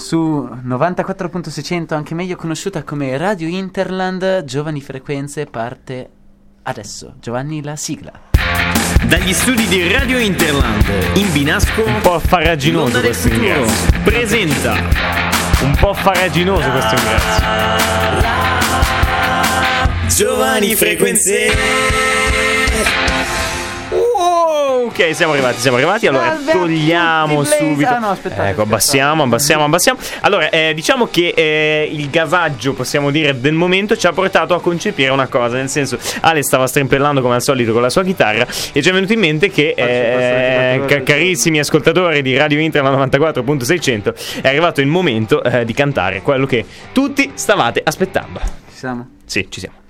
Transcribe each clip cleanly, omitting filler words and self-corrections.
su 94.600, anche meglio conosciuta come Radio Interland. Giovani Frequenze parte adesso. Giovanni, la sigla. Dagli studi di Radio Interland in Binasco, un po' farraginoso questo ingresso. Presenta un po' farraginoso questo ingresso. Giovani Frequenze. Ok, siamo arrivati. Allora togliamo subito. Ah, no, aspettate, ecco, abbassiamo. Allora, diciamo che il gasaggio, possiamo dire, del momento ci ha portato a concepire una cosa. Nel senso, Ale stava strimpellando come al solito con la sua chitarra e ci è venuto in mente che carissimi ascoltatori di Radio Interland 94.600, è arrivato il momento di cantare quello che tutti stavate aspettando. Ci siamo? Sì, ci siamo.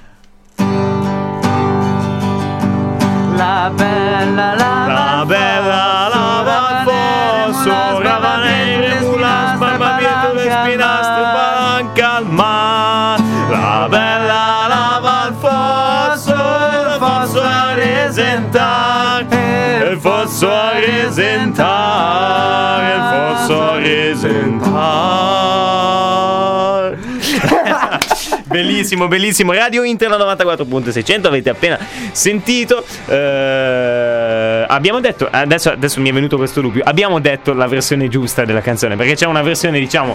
La bella lava al fosso, ravanere sulla sbarbabietto le spinastre banca al mar. La bella lava al fosso, il fosso a resentare, il fosso a resentare, il fosso a resentare. Bellissimo, bellissimo. Radio Interland 94.600, avete appena sentito. Abbiamo detto, adesso mi è venuto questo dubbio, abbiamo detto la versione giusta della canzone, perché c'è una versione, diciamo,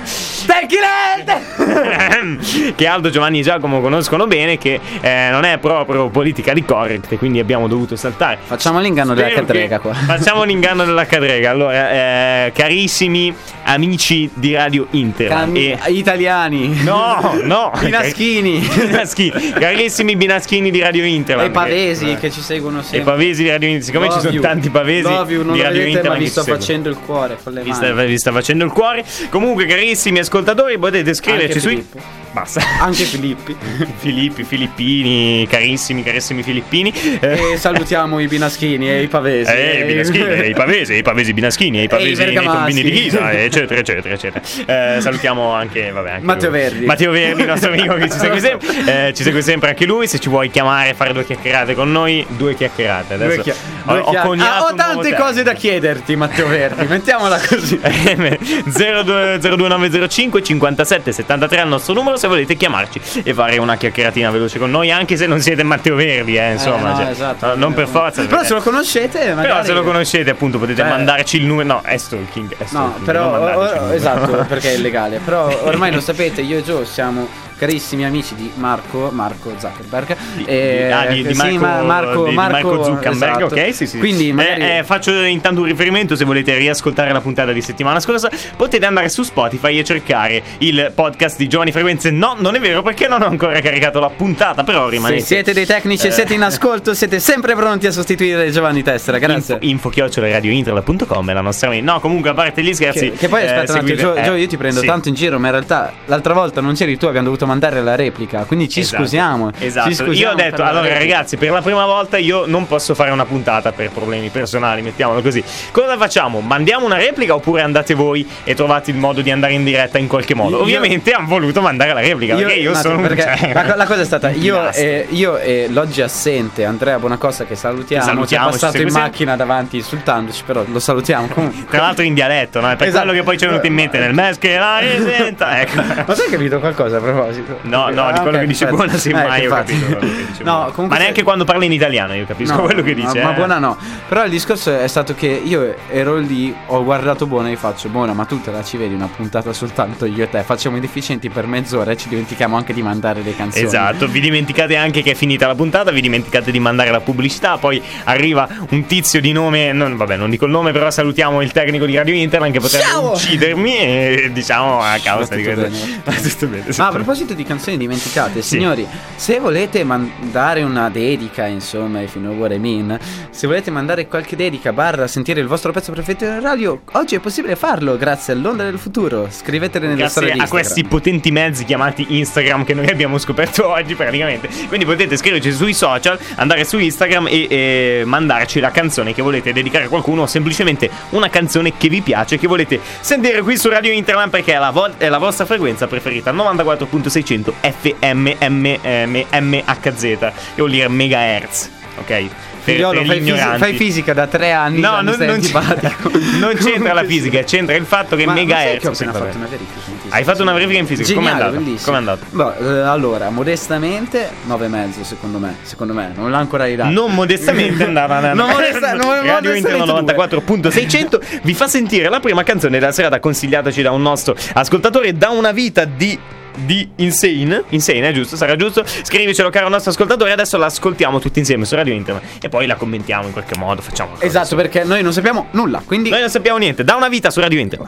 che Aldo, Giovanni e Giacomo conoscono bene, che non è proprio politically correct, e quindi abbiamo dovuto saltare. Facciamo l'inganno della cadrega qua. Facciamo l'inganno della cadrega. Allora, carissimi amici di Radio Interland italiani. No Binaschini. Carissimi binaschini di Radio Interland. E i pavesi che ci seguono sempre. E pavesi di Radio Interland. Siccome ci sono tanti pavesi non di lo Radio vedete, Interland, ma vi sto facendo il cuore con le mani. Vi sta facendo il cuore. Comunque, carissimi ascoltatori, potete scriverci sui... Basta. Anche Filippini, carissimi Filippini. E salutiamo i binaschini e i pavesi. I pavesi binaschini e i pavesi nei tombini di Ghisa, eccetera. Salutiamo anche Matteo Verdi, il nostro amico che ci segue sempre. Ci segue sempre anche lui. Se ci vuoi chiamare, fare due chiacchierate con noi, due chiacchierate. Adesso ho tante cose da chiederti, Matteo Verdi. Mettiamola così. 02905 57 73 al nostro numero, se volete chiamarci e fare una chiacchieratina veloce con noi, anche se non siete Matteo Verdi, insomma, no, esatto, non per forza. Però se lo conoscete, magari... Però se lo conoscete, appunto, potete mandarci il numero. No, è stalking. No, però esatto, perché è illegale. Però ormai lo sapete, io e Gio siamo carissimi amici di Marco Zuckerberg, di Marco Zuckerberg, esatto. Ok, sì. Quindi magari... faccio intanto un riferimento: se volete riascoltare la puntata di settimana scorsa, potete andare su Spotify e cercare il podcast di Giovani Frequenze. No, non è vero, perché non ho ancora caricato la puntata, però rimanete. Se siete dei tecnici e siete in ascolto, siete sempre pronti a sostituire Giovanni Tessera. Grazie. info@radiointerland.com è la nostra mail. No, comunque, a parte gli scherzi, che poi aspetta un attimo, Gio, io ti prendo tanto in giro, ma in realtà l'altra volta non c'eri tu, abbiamo dovuto mandare la replica, quindi ci scusiamo. Esatto. Io ho detto, allora ragazzi, per la prima volta io non posso fare una puntata per problemi personali, mettiamolo così. Cosa facciamo? Mandiamo una replica oppure andate voi e trovate il modo di andare in diretta in qualche modo? Ovviamente hanno voluto mandare la replica, perché io sono la cosa è stata io e l'oggi assente Andrea Bonacosta, che salutiamo, ci è passato in macchina davanti insultandoci, però lo salutiamo comunque. Tra l'altro in dialetto, no? È per quello che poi ci è venuto in mente nel mes che la resenta, ecco. Ma sai, capito qualcosa a proposito? No, di quello che dice Buona semmai ho capito. No, comunque, ma neanche quando parla in italiano io capisco quello che dice. Ma Buona no. Però il discorso è stato che io ero lì, ho guardato Buona e faccio: Buona, ma tu te la ci vedi una puntata soltanto io e te? Facciamo i deficienti per mezz'ora e ci dimentichiamo anche di mandare le canzoni. Esatto, vi dimenticate anche che è finita la puntata, vi dimenticate di mandare la pubblicità, poi arriva un tizio di nome, non dico il nome, però salutiamo il tecnico di Radio Interland che potrebbe uccidermi, e diciamo a causa di questo. Tutto bene. Ma a proposito di canzoni dimenticate, signori, se volete mandare una dedica, insomma, if you know what I mean, se volete mandare qualche dedica / sentire il vostro pezzo preferito in radio, oggi è possibile farlo grazie all'Onda del Futuro. Scrivetele nelle storie di Instagram. A questi potenti mezzi chiamati Instagram che noi abbiamo scoperto oggi praticamente. Quindi potete scriverci sui social, andare su Instagram e mandarci la canzone che volete dedicare a qualcuno, o semplicemente una canzone che vi piace, che volete sentire qui su Radio Interland, perché è la vostra frequenza preferita, 94.600 FM MHz, che vuol dire megahertz. Ok, Figliolo, fai fisica da 3 anni. No, non c'entra la fisica, c'entra il fatto che megahertz. Ho appena fatto una verifica in fisica. Hai fatto una verifica in fisica? Geniale, com'è andato? Allora, modestamente 9,5 secondo me, non l'ha ancora ridato. Non modestamente andava Radio Inter 94.600 vi fa sentire la prima canzone della serata consigliataci da un nostro ascoltatore, Da una vita di Insane, è giusto? Sarà giusto? Scrivicelo, caro nostro ascoltatore. Adesso la ascoltiamo tutti insieme su Radio Inter e poi la commentiamo in qualche modo, facciamo qualcosa. Esatto, perché noi non sappiamo nulla, quindi noi non sappiamo niente. Da una vita su Radio Inter.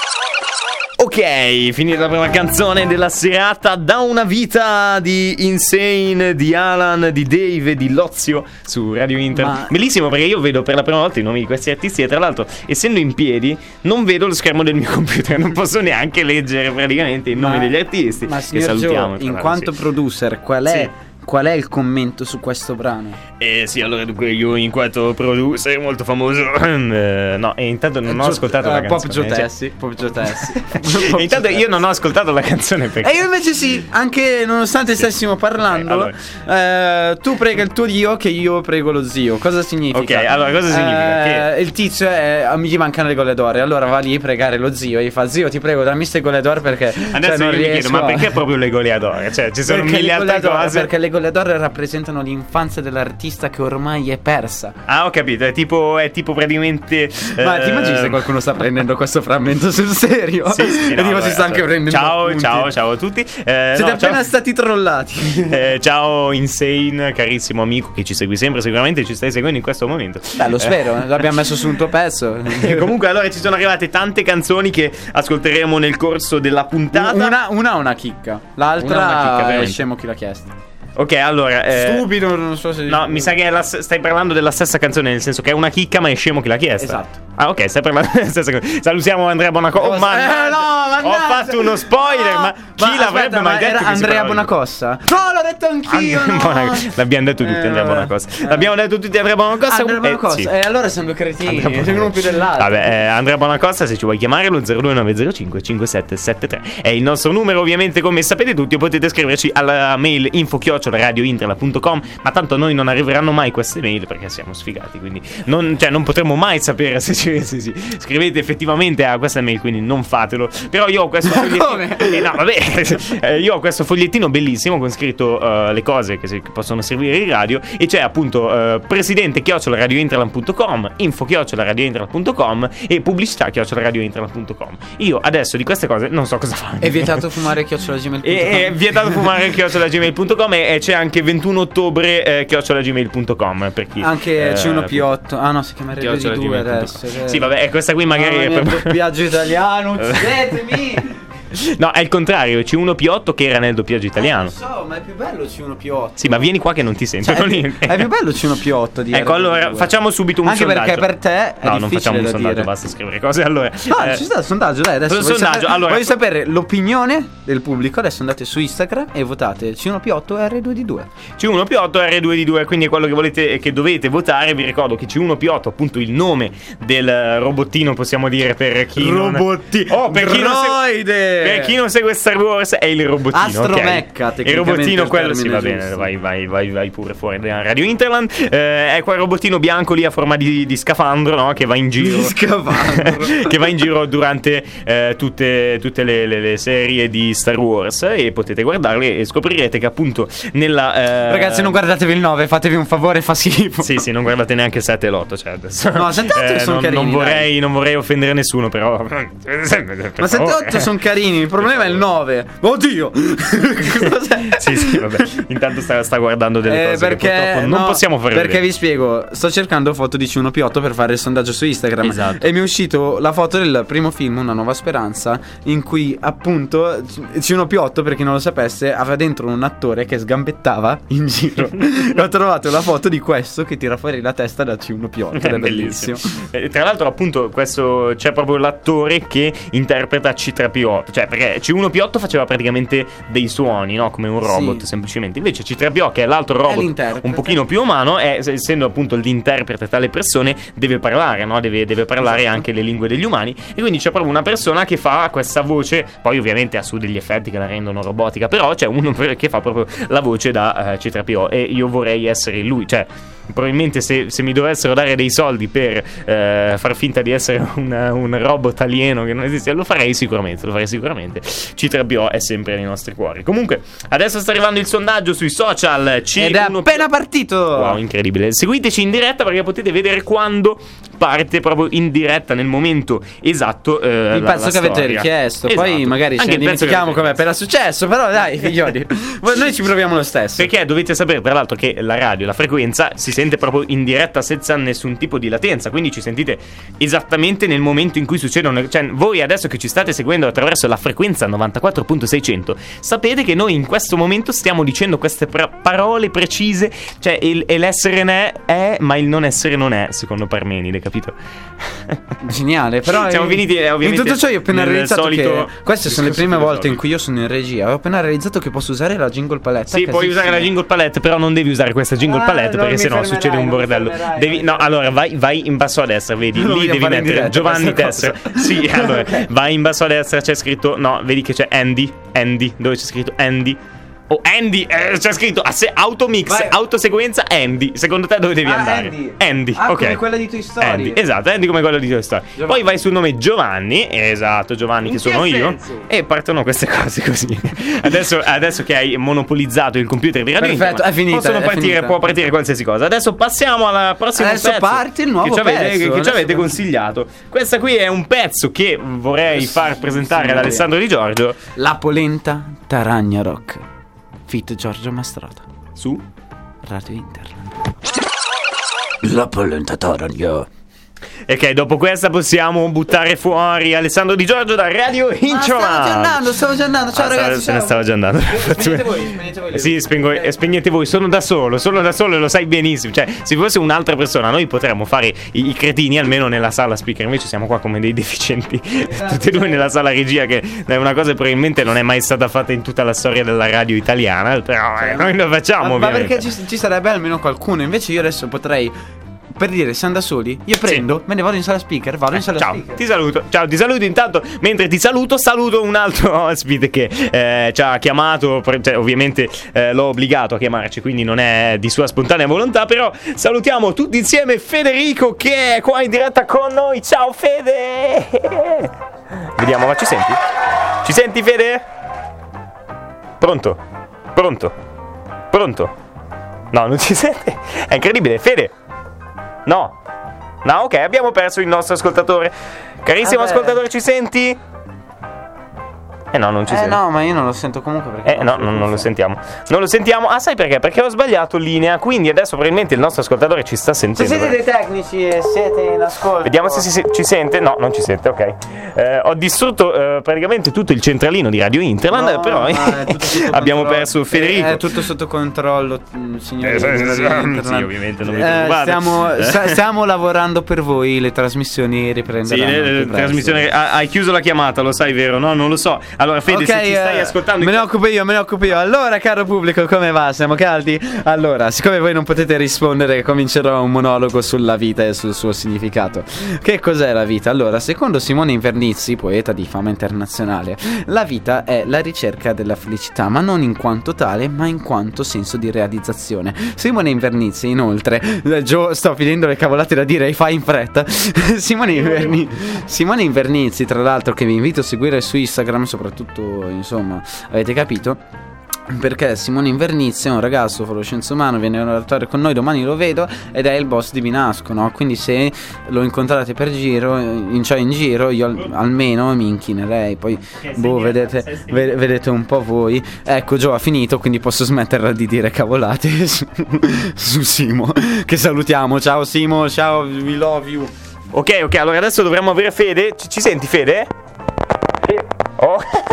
Ok, finita la prima canzone della serata, Da una vita di Insane, di Alan, di Dave, di Lozio su Radio Inter. Bellissimo, perché io vedo per la prima volta i nomi di questi artisti e tra l'altro, essendo in piedi, non vedo lo schermo del mio computer, non posso neanche leggere praticamente i nomi degli artisti. Ma signor salutiamo, Gio, in quanto producer, qual è il commento su questo brano? Sì, allora dunque io in quanto producer molto famoso no, e intanto non ho ascoltato la canzone. Pop Gio Tessi. E intanto io non ho ascoltato la canzone perché... E io invece sì, anche nonostante stessimo parlando, tu prega il tuo Dio che io prego lo zio. Cosa significa? Ok, allora cosa significa? Che il tizio gli mancano le gole d'oro, allora va lì a pregare lo zio e gli fa: zio, ti prego, dammi ste gole d'oro perché adesso non io mi chiedo, ma perché proprio le gole d'oro? Cioè ci sono mille altre cose. Perché le gole d'oro rappresentano l'infanzia dell'artista che ormai è persa. Ah, ho capito, è tipo praticamente ma ti immagini se qualcuno sta prendendo questo frammento sul serio? Sì, e tipo si sta anche prendendo ciao a tutti. Siete appena stati trollati. Ciao Insane, carissimo amico che ci segui sempre, sicuramente ci stai seguendo in questo momento. Lo spero, l'abbiamo messo su un tuo pezzo. Comunque allora ci sono arrivate tante canzoni che ascolteremo nel corso della puntata. Una chicca, l'altra è scemo chi l'ha chiesto. Ok, allora stupido, non so se... No, mi sa che stai parlando della stessa canzone, nel senso che è una chicca ma è scemo chi l'ha chiesta. Esatto. Ah, ok, stai parlando della stessa cosa. Salutiamo Andrea Bonacossa. Oh, no, ho fatto uno spoiler, ma chi l'avrebbe mai detto? Era Andrea Bonacossa? No, l'ho detto anch'io. L'abbiamo detto tutti Andrea Bonacossa. L'abbiamo detto tutti Andrea Bonacossa. Andrea Bonacossa. Sì. Allora siamo due cretini, uno più dell'altro. Vabbè, Andrea Bonacossa, se ci vuoi chiamare lo 02905 5773 è il nostro numero, ovviamente, come sapete tutti, o potete scriverci alla mail info@radiointerla.com, ma tanto noi non arriveranno mai queste mail perché siamo sfigati, quindi non potremo mai sapere se scrivete effettivamente a questa mail, quindi non fatelo. Però io ho questo fogliettino io ho questo fogliettino bellissimo con scritto le cose che possono servire in radio, e c'è appunto presidente@radiointerland.com, info@radiointerland.com e pubblicità@radiointerland.com. Io adesso di queste cose non so cosa fare. È vietato fumare @gmail.com. È vietato fumare @gmail.com e c'è anche 21 ottobre @gmail.com per chi anche C1P8. Ah no, si chiama Radio 2 adesso. Sì, vabbè, questa qui magari è per doppiaggio italiano, uccidetemi. No, è il contrario, C1P8 che era nel doppiaggio italiano. Non so, ma è più bello C1P8. Sì, ma vieni qua che non ti sento. È più bello C1P8 di Ecco, allora facciamo subito un sondaggio. Anche perché per te è non facciamo un sondaggio, dire. basta scrivere cose. Allora, ci sta il sondaggio, dai, adesso voglio sapere l'opinione del pubblico. Adesso andate su Instagram e votate C1P8 e R2D2. C1P8 e R2D2, quindi è quello che volete, che dovete votare. Vi ricordo che C1P8, appunto, il nome del robottino, possiamo dire, per chi per chi non segue Star Wars, è il robottino. Astromecca, okay? Il robottino, quello sì, va bene. Vai pure fuori da Radio Interland. È quel robottino bianco lì a forma di scafandro, no? Che va in giro. Che va in giro durante tutte le serie di Star Wars. E potete guardarle e scoprirete che appunto nella ragazzi, non guardatevi il 9, fatevi un favore, fa schifo. Sì, non guardate neanche il 7 e l'8. Cioè adesso, no, 7 e 8 sono carini. Non vorrei offendere nessuno, però. Ma 7 e 8 sono carini. Il problema è il 9. Oddio. Sì, vabbè. Intanto sta guardando delle cose perché che purtroppo non possiamo fare perché vedere. Vi spiego, sto cercando foto di C1P8 per fare il sondaggio su Instagram. Esatto. E mi è uscito la foto del primo film Una nuova speranza, in cui appunto C1P8, per chi non lo sapesse, aveva dentro un attore che sgambettava in giro. E ho trovato la foto di questo che tira fuori la testa da C1P8. Ed è bellissimo. Tra l'altro appunto questo c'è proprio l'attore che interpreta C3PO, cioè cioè perché C1P8 faceva praticamente dei suoni, no? Come un robot, Sì. semplicemente. Invece C3PO, che è l'altro robot l'interprete. un pochino più umano, essendo appunto l'interprete tra le persone, deve parlare, no? Deve parlare anche le lingue degli umani, e quindi c'è proprio una persona che fa questa voce. Poi ovviamente ha su degli effetti che la rendono robotica, però c'è uno che fa proprio la voce da C3PO, e io vorrei essere lui, cioè probabilmente se mi dovessero dare dei soldi per far finta di essere un robot alieno che non esiste, lo farei sicuramente. C3PO è sempre nei nostri cuori. Comunque adesso sta arrivando il sondaggio sui social Ed è appena partito. Wow, incredibile. Seguiteci in diretta perché potete vedere quando parte proprio in diretta, nel momento esatto, il pezzo che avete storia. richiesto. Esatto. Poi magari Anche ce ne il pezzo che dimentichiamo avete come appena successo. Però dai, figlioli, noi ci proviamo lo stesso. Perché dovete sapere tra l'altro che la radio, la frequenza si sente proprio in diretta senza nessun tipo di latenza, quindi ci sentite esattamente nel momento in cui succedono. Cioè voi adesso che ci state seguendo attraverso la frequenza 94.600 sapete che noi in questo momento stiamo dicendo queste parole precise. Cioè l'essere è, ma il non essere non è, secondo Parmenide, capito? Geniale, però siamo finiti ovviamente in tutto ciò io ho appena nel realizzato solito che queste sono le prime discorso volte in filosofico. cui io sono in regia. Ho appena realizzato che posso usare la jingle palette. Sì, puoi usare la jingle palette, però non devi usare questa jingle palette non perché mi sennò fermerai, succede un non mi bordello. fermerai. No, allora vai in basso a destra, vedi, Lo lì voglio devi fare in mettere diretta Giovanni questa Tesser. cosa. Sì, allora vai in basso a destra, c'è scritto, no, vedi che c'è Andy, dove c'è scritto Andy. Oh, Andy, c'è scritto automix, Vai. autosequenza Andy. Secondo te dove devi andare? Andy, ok. come quella di Toy Story. Andy, esatto, Andy come quello di Toy Story. Poi vai sul nome Giovanni, esatto, Giovanni che sono io, e partono queste cose così. Adesso che hai monopolizzato il computer di Radio Perfetto, Internet, è finita, possono è partire, finita. può partire qualsiasi cosa. Adesso passiamo alla prossima Adesso pezzo parte il nuovo che ci avete, pezzo. che ci Adesso avete parte. consigliato. Questa qui è un pezzo che vorrei far presentare ad Alessandro Di Giorgio La polenta Taragna Rock feat Giorgio Mastrota su Radio Interland. La polenta Taragna. Ok, dopo questa possiamo buttare fuori Alessandro Di Giorgio da Radio Interland. Stavo già andando. Ciao ragazzi, Se ne stava già andando. Spegnete voi. Sì, spegnete voi, sono da solo e lo sai benissimo. Cioè, se fosse un'altra persona, noi potremmo fare i cretini almeno nella sala speaker. Invece siamo qua come dei deficienti, tutti e due nella sala regia, che è una cosa che probabilmente non è mai stata fatta in tutta la storia della radio italiana. Però noi lo facciamo, Ma ovviamente. perché ci sarebbe almeno qualcuno. Invece io adesso potrei, per dire, siamo da soli, io prendo, me ne vado in sala speaker, vado in sala Ciao, speaker. ti saluto intanto. Mentre ti saluto un altro ospite che ci ha chiamato, cioè, ovviamente l'ho obbligato a chiamarci, quindi non è di sua spontanea volontà. Però salutiamo tutti insieme Federico, che è qua in diretta con noi. Ciao Fede. Vediamo, ma ci senti? Ci senti, Fede? Pronto? No, non ci sente. È incredibile, Fede. No, ok, abbiamo perso il nostro ascoltatore. Carissimo ascoltatore, ci senti? No, non ci sente. No, ma io non lo sento comunque perché No, non lo sentiamo. Non lo sentiamo. Ah, sai perché? Perché ho sbagliato linea. Quindi adesso probabilmente il nostro ascoltatore ci sta Se sentendo. siete dei tecnici e siete in ascolto, Vediamo se ci sente. No, non ci sente, ok. Ho distrutto praticamente tutto il centralino di Radio Interland. No, però ma è tutto sotto abbiamo controllo. perso Federico. È tutto sotto controllo, signori. Sì, di Radio Interland. ovviamente, non vi preoccupate. Stiamo lavorando per voi. Le trasmissioni riprenderanno. Sì, più presto. trasmissione. Hai chiuso la chiamata, lo sai, vero? No, non lo so. Allora, Fede, se ci stai ascoltando, me ne occupo io. Allora, caro pubblico, come va? Siamo caldi? Allora, siccome voi non potete rispondere, comincerò un monologo sulla vita e sul suo significato. Che cos'è la vita? Allora, secondo Simone Invernizzi, poeta di fama internazionale, la vita è la ricerca della felicità, ma non in quanto tale, ma in quanto senso di realizzazione. Simone Invernizzi, inoltre, sto finendo le cavolate da dire, fai in fretta. Simone Invernizzi, tra l'altro, che vi invito a seguire su Instagram, soprattutto, insomma, avete capito, perché Simone Invernizzi è un ragazzo con lo scienzo umano, viene a lavorare con noi, domani lo vedo, ed è il boss di Binasco, no? Quindi se lo incontrate per giro, in giro, io almeno mi inchinerei. Poi vedete un po' voi. Ecco, Gio ha finito, quindi posso smetterla di dire cavolate su Simo, che salutiamo. Ciao Simo, ciao, we love you. Ok, allora adesso dovremmo avere Fede. Ci senti, Fede? Oh.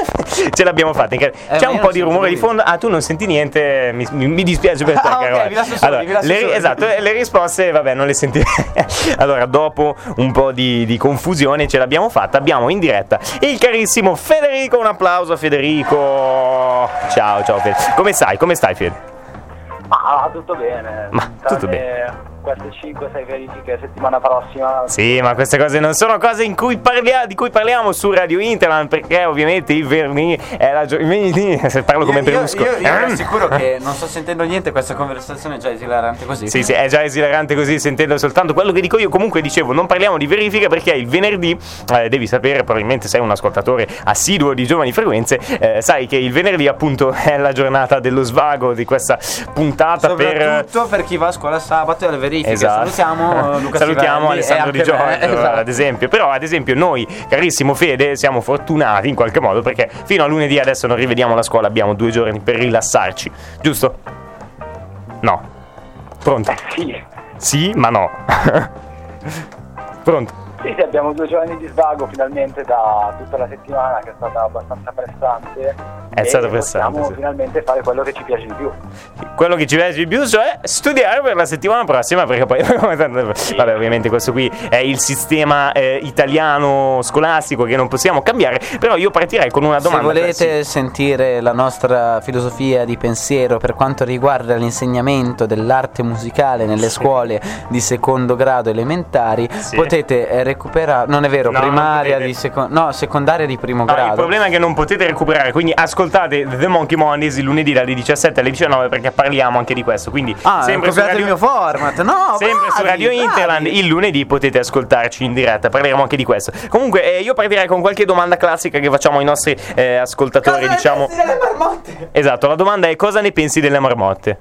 Ce l'abbiamo fatta. C'è un po' di rumore di fondo. Ah, tu non senti niente. Mi dispiace per te, caro. Ok, vi lascio soli, vi lascio soli. Esatto, le risposte, vabbè, non le senti. Allora, dopo un po' di confusione, ce l'abbiamo fatta. Abbiamo in diretta il carissimo Federico. Un applauso a Federico. Ciao Fede. Come stai Fede? Tutto bene. Tutto bene. Queste 5-6 verifiche settimana prossima. Sì, ma queste cose non sono cose di cui parliamo su Radio Interland, perché ovviamente il venerdì è la giornata. Se parlo come Berlusconi. Io vi assicuro che non sto sentendo niente, questa conversazione è già esilarante così. Sì, è già esilarante così, sentendo soltanto quello che dico io. Comunque dicevo, non parliamo di verifiche perché il venerdì, devi sapere, probabilmente sei un ascoltatore assiduo di Giovani Frequenze, sai che il venerdì appunto è la giornata dello svago di questa puntata. Soprattutto per chi va a scuola sabato e alle verifiche. Esatto. Salutiamo Luca Salutiamo Alessandro Di Giorgio, esatto. ad esempio. Però ad esempio noi, carissimo Fede, siamo fortunati in qualche modo perché fino a lunedì adesso non rivediamo la scuola, abbiamo 2 giorni per rilassarci, giusto? No. Pronto? Sì, ma no. Pronto? Sì, abbiamo 2 giorni di svago finalmente da tutta la settimana, che è stata abbastanza pressante. È stato pressante, possiamo sì. finalmente fare quello che ci piace di più. Quello che ci piace di più, cioè studiare per la settimana prossima, perché poi vabbè, ovviamente questo qui è il sistema italiano scolastico che non possiamo cambiare. Però io partirei con una domanda. Se volete sentire la nostra filosofia di pensiero per quanto riguarda l'insegnamento dell'arte musicale nelle scuole di secondo grado elementari, potete recuperare, non è vero, primaria di secondaria di primo grado. Il problema è che non potete recuperare, quindi ascoltate The Monkey Mondays il lunedì dalle 17 alle 19 perché parliamo anche di questo. Quindi sempre su il mio format. No, sempre su Radio Interland il lunedì potete ascoltarci in diretta, parleremo anche di questo. Comunque io partirei con qualche domanda classica che facciamo ai nostri ascoltatori. Cosa ne pensi delle marmotte? Esatto, la domanda è: cosa ne pensi delle marmotte?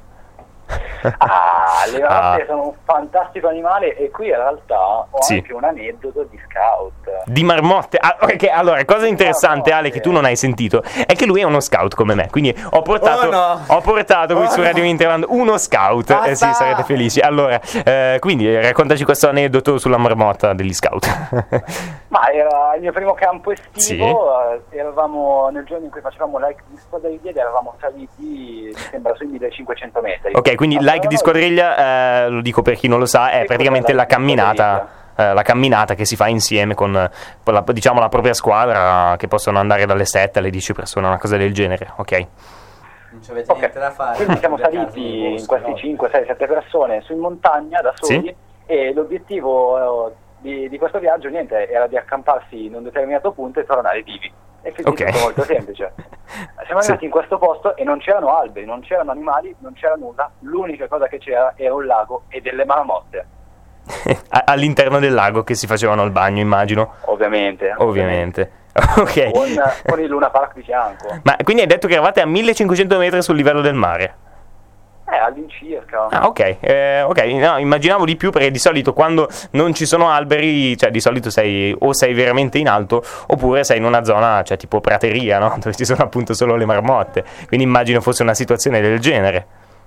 Le marmotte sono un fantastico animale e qui in realtà ho anche un aneddoto di scout. Di marmotte? Allora, cosa interessante, Ale, che tu non hai sentito, è che lui è uno scout come me, quindi ho portato qui su Radio Interland uno scout. Sì, sarete felici. Allora, quindi raccontaci questo aneddoto sulla marmotta degli scout. Ma era il mio primo campo estivo, eravamo nel giorno in cui facevamo like di squadriglia ed eravamo saliti, mi sembra, sui 1500 metri. Ok, quindi like di squadriglia, lo dico per chi non lo sa, è praticamente la camminata che si fa insieme con la propria squadra, che possono andare dalle 7 alle 10 persone, una cosa del genere, ok? Non ci avete niente da fare. Quindi siamo saliti in questi 5, 6, 7 persone su in montagna da soli, e l'obiettivo di questo viaggio era di accamparsi in un determinato punto e tornare vivi. E quindi è molto semplice. Siamo arrivati in questo posto e non c'erano alberi, non c'erano animali, non c'era nulla. L'unica cosa che c'era era un lago e delle marmotte. All'interno del lago, che si facevano il bagno, immagino. Ovviamente. Ok. Con il Luna Park di fianco. Ma quindi hai detto che eravate a 1500 metri sul livello del mare? All'incirca. Ok, no, immaginavo di più, perché di solito quando non ci sono alberi, cioè di solito sei veramente in alto, oppure sei in una zona, cioè tipo prateria, no? Dove ci sono appunto solo le marmotte. Quindi immagino fosse una situazione del genere.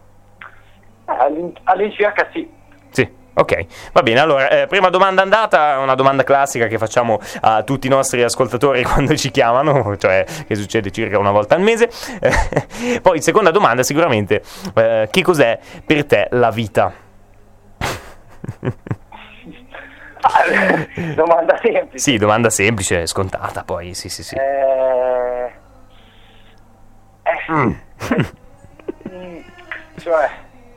All'incirca sì. Sì. Ok, va bene. Allora, prima domanda andata, una domanda classica che facciamo a tutti i nostri ascoltatori quando ci chiamano, cioè che succede circa una volta al mese. Poi, seconda domanda, sicuramente, che cos'è per te la vita? Domanda semplice. Sì, domanda semplice, scontata, poi, sì. Cioè...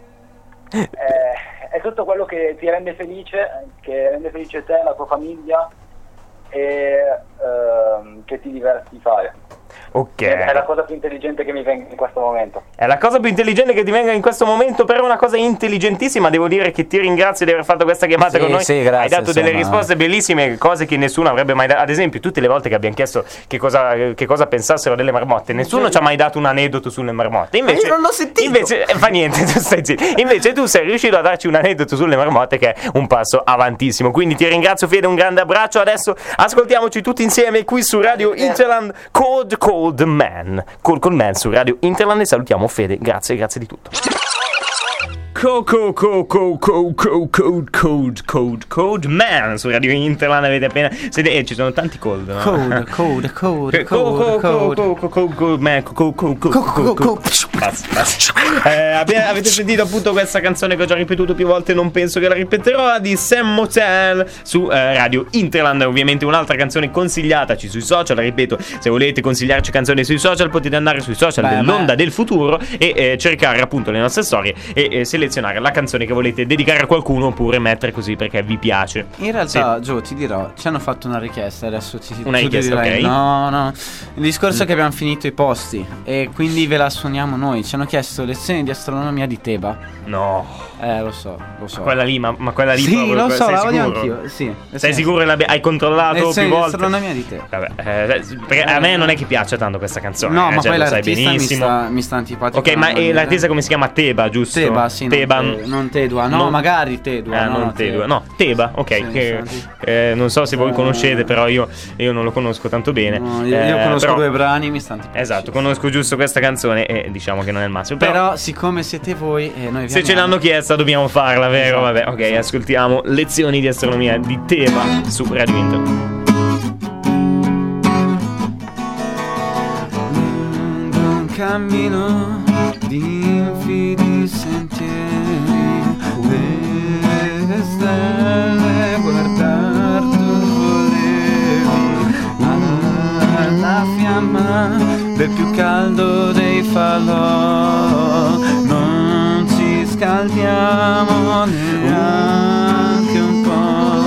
è tutto quello che ti rende felice, che rende felice te, la tua famiglia, e che ti diverti fare. Ok. È la cosa più intelligente che mi venga in questo momento. È la cosa più intelligente che ti venga in questo momento, però è una cosa intelligentissima. Devo dire che ti ringrazio di aver fatto questa chiamata con noi. Sì, grazie, hai dato delle risposte bellissime, cose che nessuno avrebbe mai dato. Ad esempio, tutte le volte che abbiamo chiesto che cosa pensassero delle marmotte, nessuno ci ha mai dato un aneddoto sulle marmotte. Invece, io non l'ho sentito. Invece, fa niente, tu stai zitto. Invece tu sei riuscito a darci un aneddoto sulle marmotte, che è un passo avantissimo. Quindi ti ringrazio, Fede, un grande abbraccio. Adesso ascoltiamoci tutti insieme qui su Radio Interland, Cold Man. Cold Man su Radio Interland, e salutiamo Fede. Grazie di tutto. Code Man su Radio Interland. Avete appena ci sono tanti cold, no? Code Man. Basta. Avete sentito appunto questa canzone che ho già ripetuto più volte, non penso che la ripeterò, di Sam Motel su Radio Interland. Ovviamente un'altra canzone consigliataci sui social. Ripeto, se volete consigliarci canzoni sui social potete andare sui social dell'Onda del Futuro e cercare appunto le nostre storie e selezionare la canzone che volete dedicare a qualcuno oppure mettere così perché vi piace. In realtà Gio, ti dirò, ci hanno fatto una richiesta, adesso una richiesta, ok? No, il discorso è che abbiamo finito i posti e quindi ve la suoniamo noi. Ci hanno chiesto lezioni di astronomia di Teba. No. Lo so. Quella lì, ma quella lì sì, proprio, lo so, la voglio sicuro? anch'io. Sì. Sei sicuro che hai controllato più volte? Astronomia di Teba. Vabbè, perché a me non è che piaccia tanto questa canzone. No, ma cioè, poi lo sai l'artista benissimo. mi sta antipatico. Ok, ma l'artista come si chiama? Teba, giusto? Teba, sì. Teba. Non Tedua. No, magari Tedua. Non Tedua. No, Teba, ok. Sì, non so se voi conoscete, però io non lo conosco tanto bene. No, io conosco due brani, mi sta antipatico. Esatto, conosco giusto questa canzone e diciamo che non è il massimo. Però siccome siete voi noi se ce l'hanno chiesta dobbiamo farla, vero? Vabbè, ok, ascoltiamo Lezioni di astronomia di Teba su Radio Interland. Un cammino di infidi sentieri, le stelle guardar tu volevi, alla fiamma del più caldo dei falò, non ci scaldiamo neanche un po'.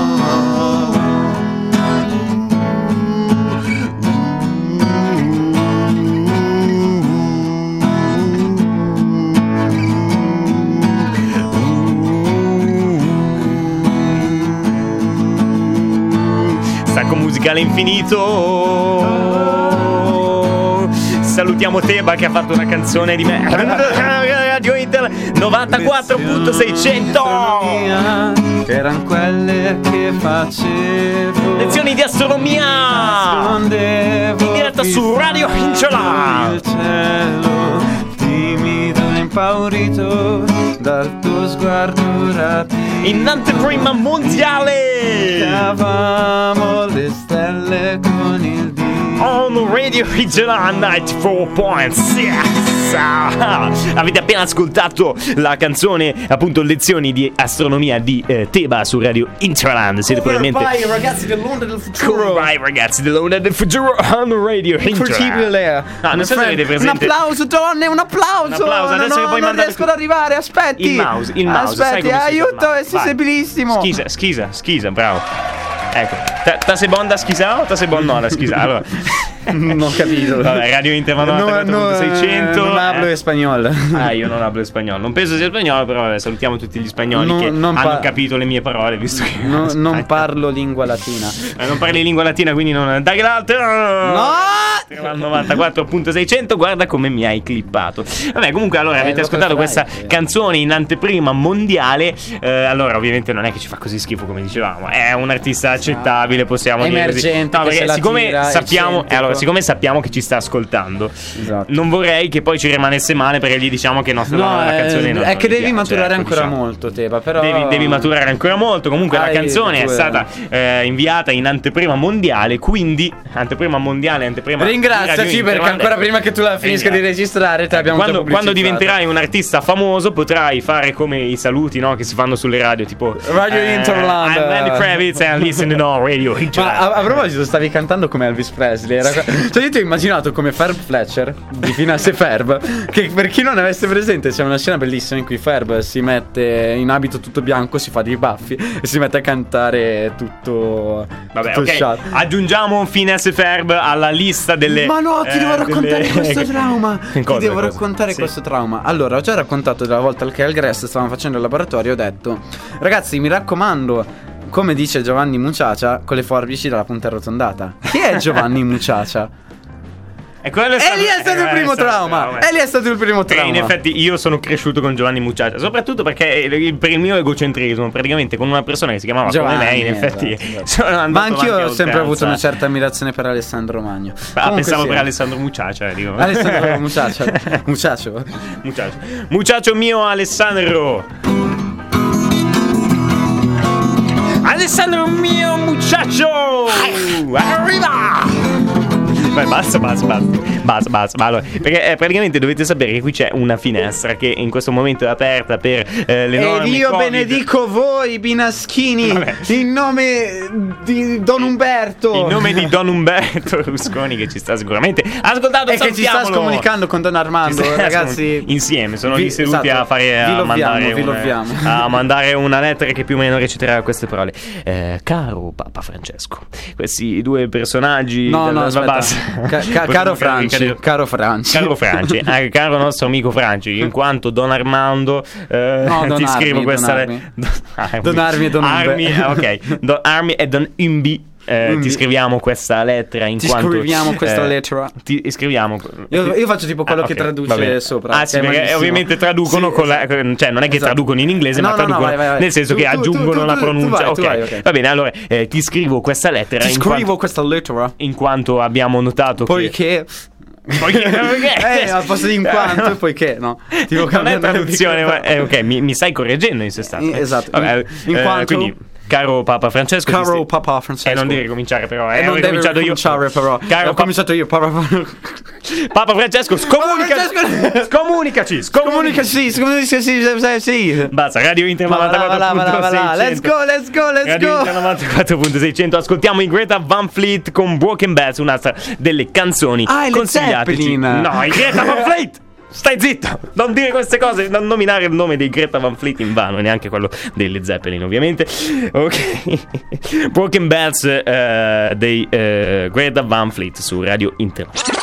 Stacco musicale infinito. Salutiamo Teba che ha fatto una canzone di me. Radio Inter 94.600. Erano quelle che facevo. Lezioni di astronomia in diretta su Radio Interland. Il cielo timido e impaurito dal tuo sguardo rapido. In anteprima mondiale Cavamo le stelle con il dito. on Radio Interland 94.6. Avete appena ascoltato la canzone, appunto, Lezioni di astronomia di Teba su Radio Interland. Siete probabilmente ragazzi dell'onda del futuro. Vai ragazzi dell'onda del futuro on Radio Interland. No, non so se avete presente. Un applauso donne, un applauso. Un applauso, adesso che puoi non mandare riesco ad arrivare, aspetti. Il mouse, aspetti, aiuto, è sensibilissimo. Schisa, bravo. Ecco, ta sei buon da schisare o ta sei buon no da schisare? Allora. Non ho capito. Vabbè, Radio Interland 94.600. Non hablo spagnolo. Io non hablo spagnolo. Non penso sia spagnolo, però vabbè, salutiamo tutti gli spagnoli che hanno capito le mie parole, visto che non parlo lingua latina. Non parli lingua latina, quindi non. Dai, l'altro. No! 94.600. Guarda come mi hai clippato. Vabbè, comunque, allora avete ascoltato questa canzone in anteprima mondiale. Allora, ovviamente non è che ci fa così schifo come dicevamo. È un artista accettabile, possiamo dire così. No, perché siccome sappiamo che ci sta ascoltando, esatto, non vorrei che poi ci rimanesse male perché gli diciamo che la canzone non è che devi piace, maturare ancora diciamo. molto, Teba, però devi maturare ancora molto. Comunque la canzone è stata inviata in anteprima mondiale, quindi anteprima mondiale, ringraziaci perché ancora prima che tu la finisca di registrare te abbiamo quando diventerai un artista famoso potrai fare come i saluti, no, che si fanno sulle radio, tipo Radio Interland. I'm Lenny Kravitz and listen to Radio Interland. Ma a proposito, stavi cantando come Elvis Presley. Cioè io ti ho immaginato come Ferb Fletcher di Phineas e Ferb, che per chi non avesse presente c'è una scena bellissima in cui Ferb si mette in abito tutto bianco, si fa dei baffi e si mette a cantare tutto. Vabbè, tutto ok, aggiungiamo Phineas e Ferb alla lista delle. Ma no, ti devo raccontare questo trauma. Questo trauma. Allora, ho già raccontato della volta che al Grest stavamo facendo il laboratorio. Ho detto: ragazzi, mi raccomando, come dice Giovanni Muciacia, con le forbici dalla punta arrotondata. Chi è Giovanni Muciacia? E lì è stato il primo trauma. E lì è stato il primo trauma. In effetti io sono cresciuto con Giovanni Mucciaccia, soprattutto perché per il mio egocentrismo, praticamente con una persona che si chiamava Giovanni, come lei, in effetti sono andato. Ma anch'io ho sempre oltranza. avuto una certa ammirazione per Alessandro Magno. Pensavo per Alessandro Mucciaccia, dico. Alessandro Mucciaccio mio Alessandro. Alessandro mio muchacho! Arriva! Vai, basta. Allora, perché praticamente dovete sapere che qui c'è una finestra che in questo momento è aperta per le norme ed io Covid. benedico voi Binaschini. Vabbè. In nome di Don Umberto. In nome di Don Umberto Rusconi, che ci sta sicuramente ascoltando, e che ci sta scomunicando con Don Armando, ragazzi. Insieme sono lì seduti esatto, a mandare una lettera che più o meno reciterà queste parole. Caro Papa Francesco, questi due personaggi Caro Franci, caro nostro amico Franci, in quanto Don Armando ti scrivo questa lettera. Don Armi e Don Armi, ok. Don Armi e Don Umbi. Ti scriviamo questa lettera in quanto scriviamo questa lettera. Ti scriviamo. Io faccio tipo quello che traduce sopra. Sì, perché ovviamente traducono cioè non è che traducono in inglese, ma traducono vai. Nel senso che aggiungono la pronuncia. Ok. Va bene, allora ti scrivo questa lettera. Questa lettera in quanto abbiamo notato poiché al posto di in quanto e poiché no, tipo non è traduzione, ma ok, mi stai correggendo in sostanza. Esatto. In quanto quindi caro Papa Francesco, Papa Francesco. Non devi ricominciare però, non ho cominciato io. Però. Ho cominciato io, Papa Francesco, scomunicaci. Basta, Radio Inter 94.600. Let's go. Radio Inter 94.600. Ascoltiamo in Greta Van Fleet con Broken Bells, un'altra delle canzoni consigliateci. No, in Greta Van Fleet. Stai zitto, non dire queste cose, non nominare il nome dei Greta Van Fleet in vano, neanche quello dei Led Zeppelin ovviamente. Ok. Broken Bells dei Greta Van Fleet su Radio Inter.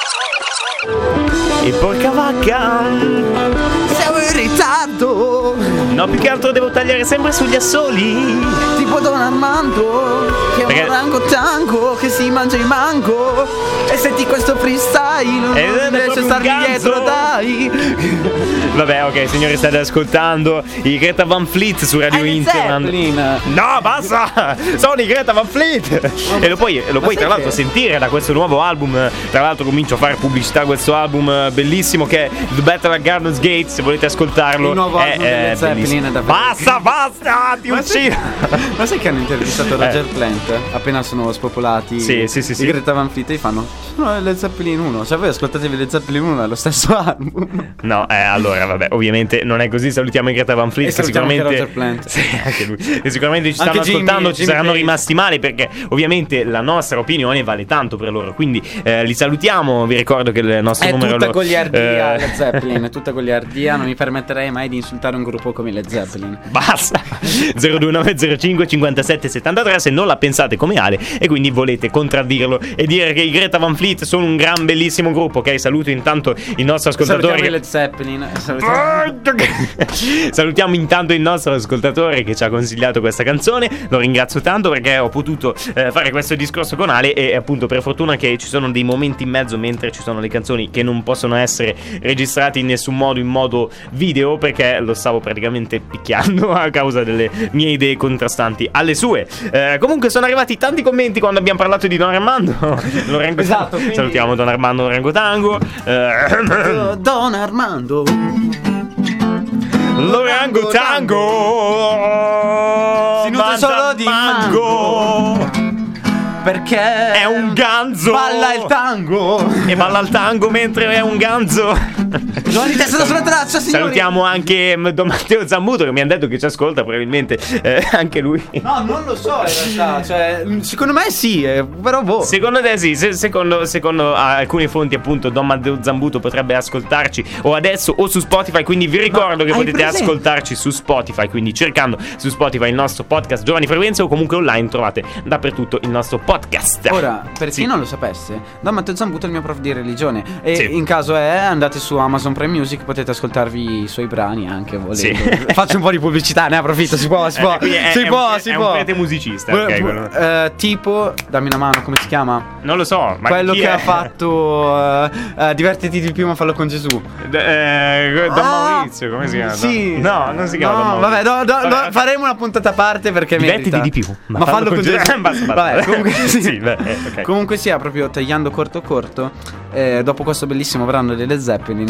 E porca vacca, siamo in ritardo. No, più che altro devo tagliare sempre sugli assoli. Tipo Don Armando, che è un orangotango che si mangia il mango. E senti questo freestyle, riesci a stargli dietro, dai. Vabbè, ok, signori, state ascoltando i Greta Van Fleet su Radio Inter. No, basta! Sono i Greta Van Fleet! E lo puoi tra l'altro sentire da questo nuovo album. Tra l'altro comincio a fare pubblicità a questo album bellissimo che è The Battle at Gardens Gate. Se volete ascoltarlo, il nuovo album delle Zeppelin è davvero basta, ti uccido. Ma sai che hanno intervistato Roger Plant appena sono spopolati? Sì. I Greta Van Fleet e fanno le Zeppelin 1. Cioè voi ascoltatevi le Zeppelin 1, è lo stesso album. No, allora vabbè, ovviamente non è così. Salutiamo i Greta Van Fleet, e sicuramente Roger Plant. Sì, anche lui. E sicuramente ci stanno anche ascoltando, ci saranno Page. rimasti male, perché ovviamente la nostra opinione vale tanto per loro. Quindi li salutiamo. Vi ricordo che il nostro numero è tutta goliardia le Zeppelin, è tutta goliardia. Non mi permetterei mai di insultare un gruppo come le Zeppelin. Basta. 02905 57 73 se non la pensate come Ale e quindi volete contraddirlo e dire che i Greta Van Fleet sono un gran bellissimo gruppo. Ok, saluto intanto il nostro ascoltatore. Salutiamo le Zeppelin. Salutiamo intanto il nostro ascoltatore che ci ha consigliato questa canzone. Lo ringrazio tanto perché ho potuto fare questo discorso con Ale e appunto per fortuna che ci sono dei momenti in mezzo mentre ci sono le canzoni che non possono essere registrati in nessun modo in modo video, perché lo stavo praticamente picchiando a causa delle mie idee contrastanti alle sue. Comunque sono arrivati tanti commenti quando abbiamo parlato di Don Armando. Esatto, quindi... Salutiamo Don Armando Orangotango. Don Armando l'orangotango si nutre solo di mango perché è un ganzo. Balla il tango. E balla il tango mentre è un ganzo. Giovanni Testa sulla traccia, signori. Salutiamo anche Don Matteo Zammuto che mi ha detto che ci ascolta, probabilmente anche lui. No, non lo so in realtà. Cioè, secondo me sì, però boh. Secondo te sì, secondo alcune fonti appunto Don Matteo Zambuto potrebbe ascoltarci o adesso o su Spotify, quindi vi ricordo che potete ascoltarci su Spotify, quindi cercando su Spotify il nostro podcast Giovanni Frequenza o comunque online trovate dappertutto il nostro podcast podcast. Ora, per chi non lo sapesse, Don Matteo Zambuto è il mio prof di religione. E in caso andate su Amazon Prime Music, potete ascoltarvi i suoi brani anche volendo. Faccio un po' di pubblicità, ne approfitto, si può. È un prete musicista. Tipo, dammi una mano, come si chiama? Non lo so, ma quello chi che è? ha fatto Divertiti di più ma fallo con Gesù. Don Maurizio, come si chiama? Sì. No, non si chiama Don Maurizio. Vabbè, faremo una puntata a parte perché divertiti di più ma fallo con Gesù. Vabbè, comunque okay. Comunque sia, proprio tagliando corto, dopo questo bellissimo brano delle Zeppelin,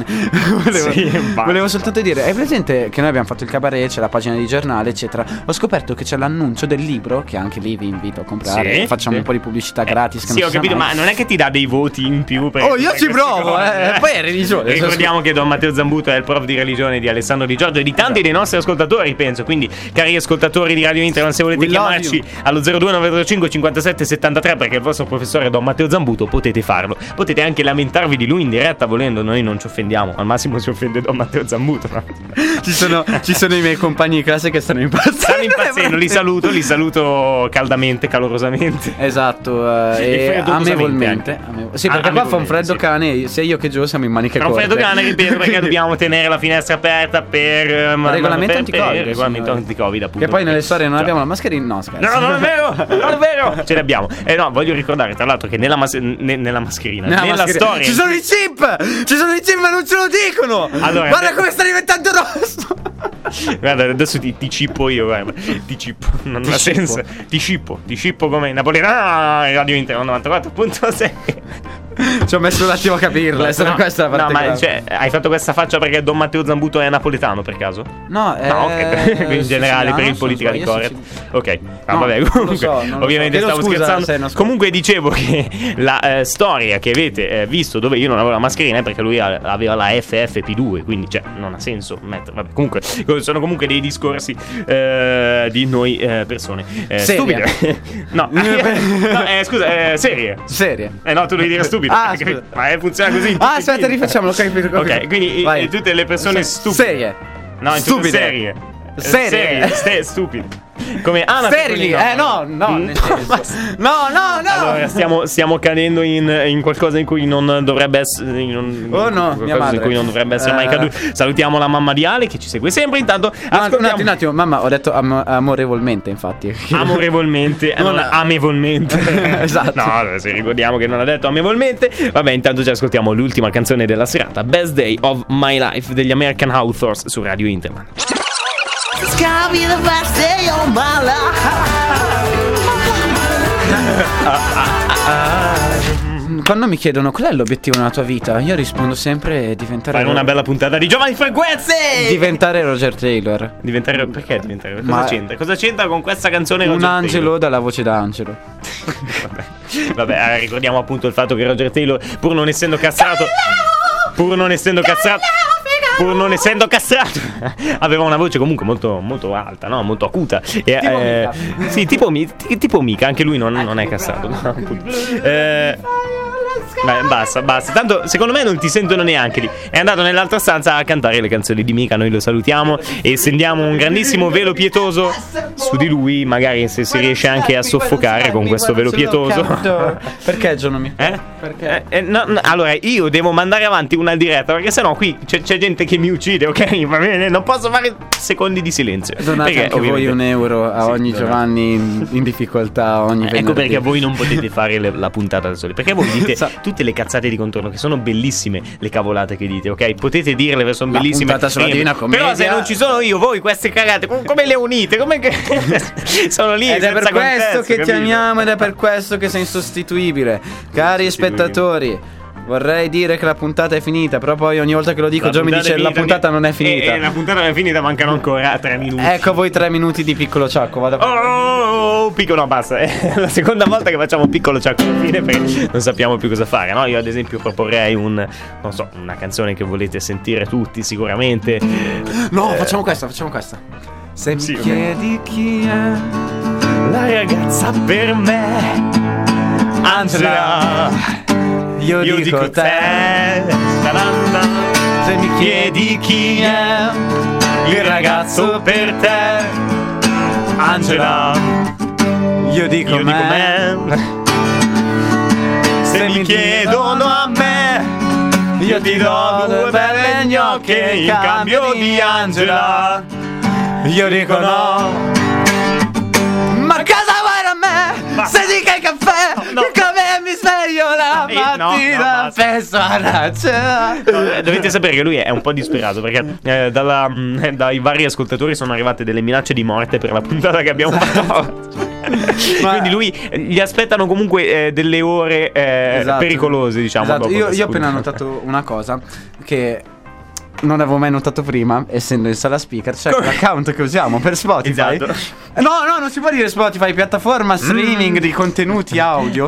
volevo soltanto dire, hai presente che noi abbiamo fatto il cabaret, c'è la pagina di giornale eccetera. Ho scoperto che c'è l'annuncio del libro, che anche lì vi invito a comprare. Facciamo un po' di pubblicità gratis. Sì, ho capito, ma non è che ti dà dei voti in più per io ci provo, poi è religione. Ricordiamo che Don Matteo Zambuto è il prof di religione di Alessandro Di Giorgio e di tanti dei nostri ascoltatori, penso. Quindi, cari ascoltatori di Radio Interland, se volete chiamarci allo 02905 57 73 perché il vostro professore è Don Matteo Zambuto, potete farlo. Potete anche lamentarvi di lui in diretta volendo, noi non ci offendiamo. Al massimo si offende Don Matteo Zambuto. Ci sono i miei compagni di classe che stanno impazzendo. Li saluto caldamente, calorosamente. Esatto, e amevolmente. Sì, perché qua fa un freddo cane, sia io che Gio siamo in maniche corte. Un freddo cane, ripeto, perché dobbiamo tenere la finestra aperta per regolamento anti-Covid. Regolamento anti-Covid, appunto. Che poi nelle storie non abbiamo la mascherina. No, scherzo. No, non è vero, non è vero. Ce l'abbiamo. No, voglio ricordare tra l'altro che nella mascherina, nella storia ci sono i chip, ma non ce lo dicono. Allora, guarda come sta diventando rosso. Guarda, adesso ti cippo io, guarda. Ti cippo, non ha senso. Ti cippo come in napoletano. Radio Inter 94.6. Ci ho messo un attimo a capirla. Questa la parte ma cioè, hai fatto questa faccia perché Don Matteo Zambuto è napoletano per caso? No, ok. In generale, per il politically correct. Ok, vabbè, comunque, ovviamente stavo scherzando. Comunque dicevo che la storia che avete visto dove io non avevo la mascherina è perché lui aveva la FFP2, quindi cioè non ha senso mettere. Vabbè, comunque sono comunque dei discorsi di noi persone stupide. No, scusa, serie. No, tu devi dire stupido. Ma funziona così. Aspetta, rifacciamolo. Ok, quindi tutte le persone stupide. Serie. No, stupide. Serie. Stupide. Come sterili, no. Allora stiamo cadendo in qualcosa in cui non dovrebbe essere in cui non dovrebbe essere mai caduto. Salutiamo la mamma di Ale che ci segue sempre. Intanto un attimo, mamma, ho detto amorevolmente, infatti. Amorevolmente, non amevolmente. Esatto. No, se ricordiamo che non ha detto amevolmente. Vabbè, intanto ci ascoltiamo l'ultima canzone della serata, Best Day of My Life degli American Authors su Radio Interland. It's gonna be the best day of my life. Quando mi chiedono qual è l'obiettivo nella tua vita, io rispondo sempre diventare. Fare una bella puntata di Giovani Frequenze. Diventare Roger Taylor. Perché diventare? Cosa c'entra con questa canzone? Un angelo dalla voce da angelo. Vabbè, ricordiamo appunto il fatto che Roger Taylor, pur non essendo castrato, aveva una voce comunque molto, molto alta, no? Molto acuta. Sì, tipo Mika, anche lui non è castrato. Basta. Tanto secondo me non ti sentono neanche lì. È andato nell'altra stanza a cantare le canzoni di Mika. Noi lo salutiamo e stendiamo un grandissimo velo pietoso su di lui. Magari se si riesce anche a soffocare con questo velo pietoso. Perché Gio non mi Perché? No, allora io devo mandare avanti una diretta, perché sennò qui c'è gente che mi uccide, ok? Va bene, non posso fare secondi di silenzio. Donate perché, anche voi €1 a ogni Giovanni in difficoltà ogni venerdì. Ecco perché voi non potete fare la puntata da soli, perché voi dite tutte le cazzate di contorno, che sono bellissime le cavolate che dite, ok? Potete dirle perché sono bellissime. Puntata sulla Divina Commedia. Però se non ci sono io, voi queste cagate come le unite? Come che sono lì? Ed è per questo che ti amiamo ed è per questo che sei insostituibile. Cari spettatori, vorrei dire che la puntata è finita, però poi ogni volta che lo dico Gio mi dice la puntata non è finita. La puntata non è finita, mancano ancora 3 minuti. Ecco a voi 3 minuti di piccolo ciacco. Vado. Piccolo, no, basta. È la seconda volta che facciamo piccolo ciacco alla fine perché non sappiamo più cosa fare, no? Io ad esempio proporrei una canzone che volete sentire tutti sicuramente. No, facciamo questa. Se mi chiedi chi è la ragazza per me, Angela, io dico te. Se mi chiedi chi è il ragazzo per te, Angela, io dico me. Se mi chiedono a me, io ti do 2 belle gnocche in cambio di Angela. Io dico no. Ma cosa vuoi da me? Se dica il caffè, No. come mi sveglio la No, mattina, basta. penso alla cena. Dovete sapere che lui è un po' disperato perché dai vari ascoltatori sono arrivate delle minacce di morte per la puntata che abbiamo fatto. Quindi lui gli aspettano comunque delle ore Esatto. pericolose, diciamo. Esatto. dopo Io questa ho appena puntata. notato una cosa che non avevo mai notato prima, essendo in sala speaker, cioè l'account che usiamo per Spotify. Esatto. No, non si può dire Spotify, piattaforma streaming di contenuti audio.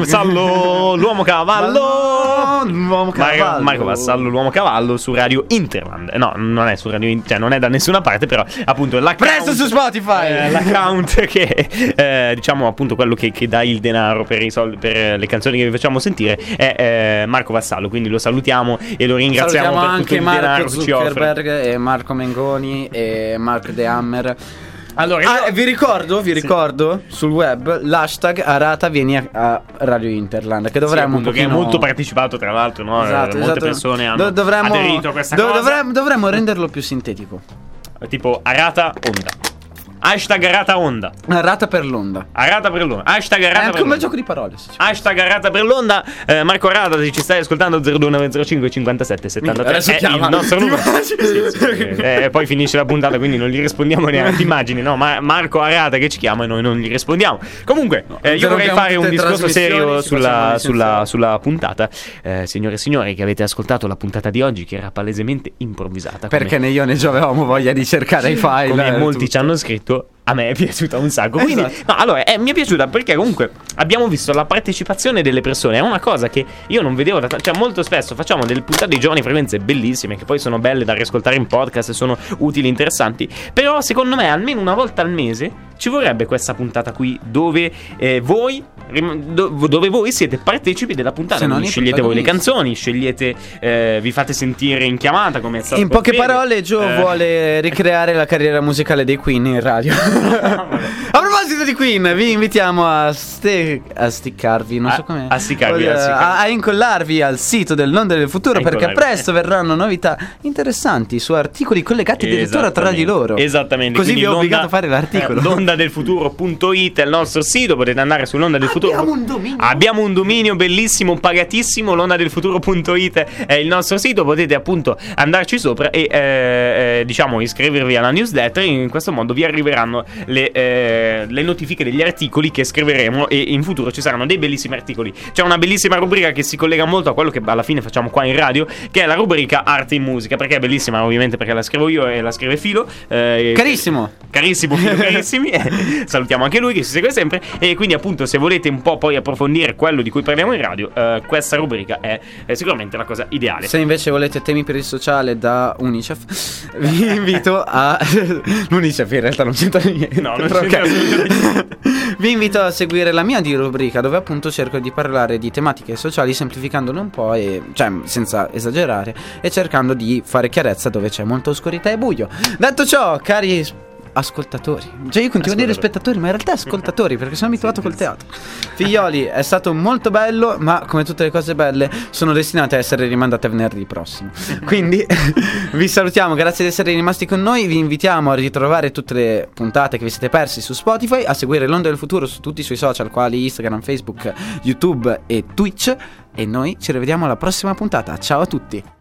Sallo l'uomo cavallo. L'uomo cavallo. Marco Vassallo l'uomo cavallo su Radio Interland. No, non è su Radio cioè non è da nessuna parte, però appunto l'account, Presto su Spotify. l'account che diciamo appunto quello che dà il denaro per i soldi, per le canzoni che vi facciamo sentire è Marco Vassallo, quindi lo salutiamo e lo ringraziamo Salutiamo per tutto anche il Marco denaro che ci offre. Zuckerberg e Marco Mengoni e Mark De Hammer. Allora, io- vi ricordo sul web l'hashtag Arata vieni a Radio Interland, che sì, dovremmo appunto, che è molto partecipato tra l'altro, no? Molte persone hanno aderito a questa cosa. Dovremmo renderlo più sintetico. Tipo Arata Onda. Hashtag Arata Onda. Arata per l'onda. Arata per l'onda. Hashtag È Arata anche per un bel l'onda. gioco di parole. Se ci- Hashtag Arata per l'onda. Marco Arata, se ci stai ascoltando, 02905 57 73 Adesso è chiama. il nostro numero. Ti immagini? E poi finisce la puntata, quindi non gli rispondiamo neanche. Ti immagini, no? Marco Arata che ci chiama e noi non gli rispondiamo. Comunque, io vorrei interrompiamo fare un tutte le discorso serio trasmissioni, ci facciamo sulla puntata. Signore e signori, che avete ascoltato la puntata di oggi, che era palesemente improvvisata. Perché né io né Gio avevamo voglia di cercare i file. Come molti tutto. ci hanno scritto, a me è piaciuta un sacco. Quindi, Esatto. no, allora, mi è piaciuta perché comunque abbiamo visto la partecipazione delle persone. È una cosa che io non vedevo cioè, molto spesso facciamo delle puntate di giovani frequenze bellissime, che poi sono belle da riascoltare in podcast, sono utili, interessanti. Però, secondo me, almeno una volta al mese ci vorrebbe questa puntata qui dove voi siete partecipi della puntata. Se non Quindi i scegliete voi le protagonisti. canzoni, scegliete, vi fate sentire in chiamata come è stato In poche Fede. parole, Gio vuole ricreare la carriera musicale dei Queen in radio. A proposito di Queen, vi invitiamo a sticcarvi, non so come. a sticcarvi, a sticcarvi. A incollarvi al sito del Londra del Futuro, A perché incollarvi. presto verranno novità interessanti su articoli collegati addirittura tra di loro. Esattamente. Così Quindi vi ho obbligato a fare l'articolo. Londadelfuturo.it è il nostro sito, potete andare su L'Onda del Futuro. Abbiamo un dominio bellissimo, pagatissimo. Londadelfuturo.it è il nostro sito, potete appunto andarci sopra e diciamo iscrivervi alla newsletter. In questo modo vi arriveranno le notifiche degli articoli che scriveremo, e in futuro ci saranno dei bellissimi articoli. C'è una bellissima rubrica che si collega molto a quello che alla fine facciamo qua in radio, che è la rubrica Arte in Musica, perché è bellissima, ovviamente, perché la scrivo io e la scrive Filo, Carissimo. Carissimo Filo, carissimi. Salutiamo anche lui che ci segue sempre. E quindi appunto, se volete un po' poi approfondire quello di cui parliamo in radio, questa rubrica è sicuramente la cosa ideale. Se invece volete temi per il sociale da Unicef, vi invito a l'Unicef in realtà non c'entra niente. No, non però c'entra ok. assolutamente. Vi invito a seguire la mia di rubrica, dove appunto cerco di parlare di tematiche sociali semplificandole un po', e cioè senza esagerare, e cercando di fare chiarezza dove c'è molta oscurità e buio. Detto ciò, cari ascoltatori, cioè io continuo a dire spettatori, ma in realtà ascoltatori, perché sono abituato col teatro. Figlioli, è stato molto bello, ma come tutte le cose belle sono destinate a essere rimandate a venerdì prossimo. Quindi vi salutiamo, grazie di essere rimasti con noi. Vi invitiamo a ritrovare tutte le puntate che vi siete persi su Spotify, a seguire L'Onda del Futuro su tutti i suoi social, quali Instagram, Facebook, YouTube e Twitch. E noi ci rivediamo alla prossima puntata. Ciao a tutti.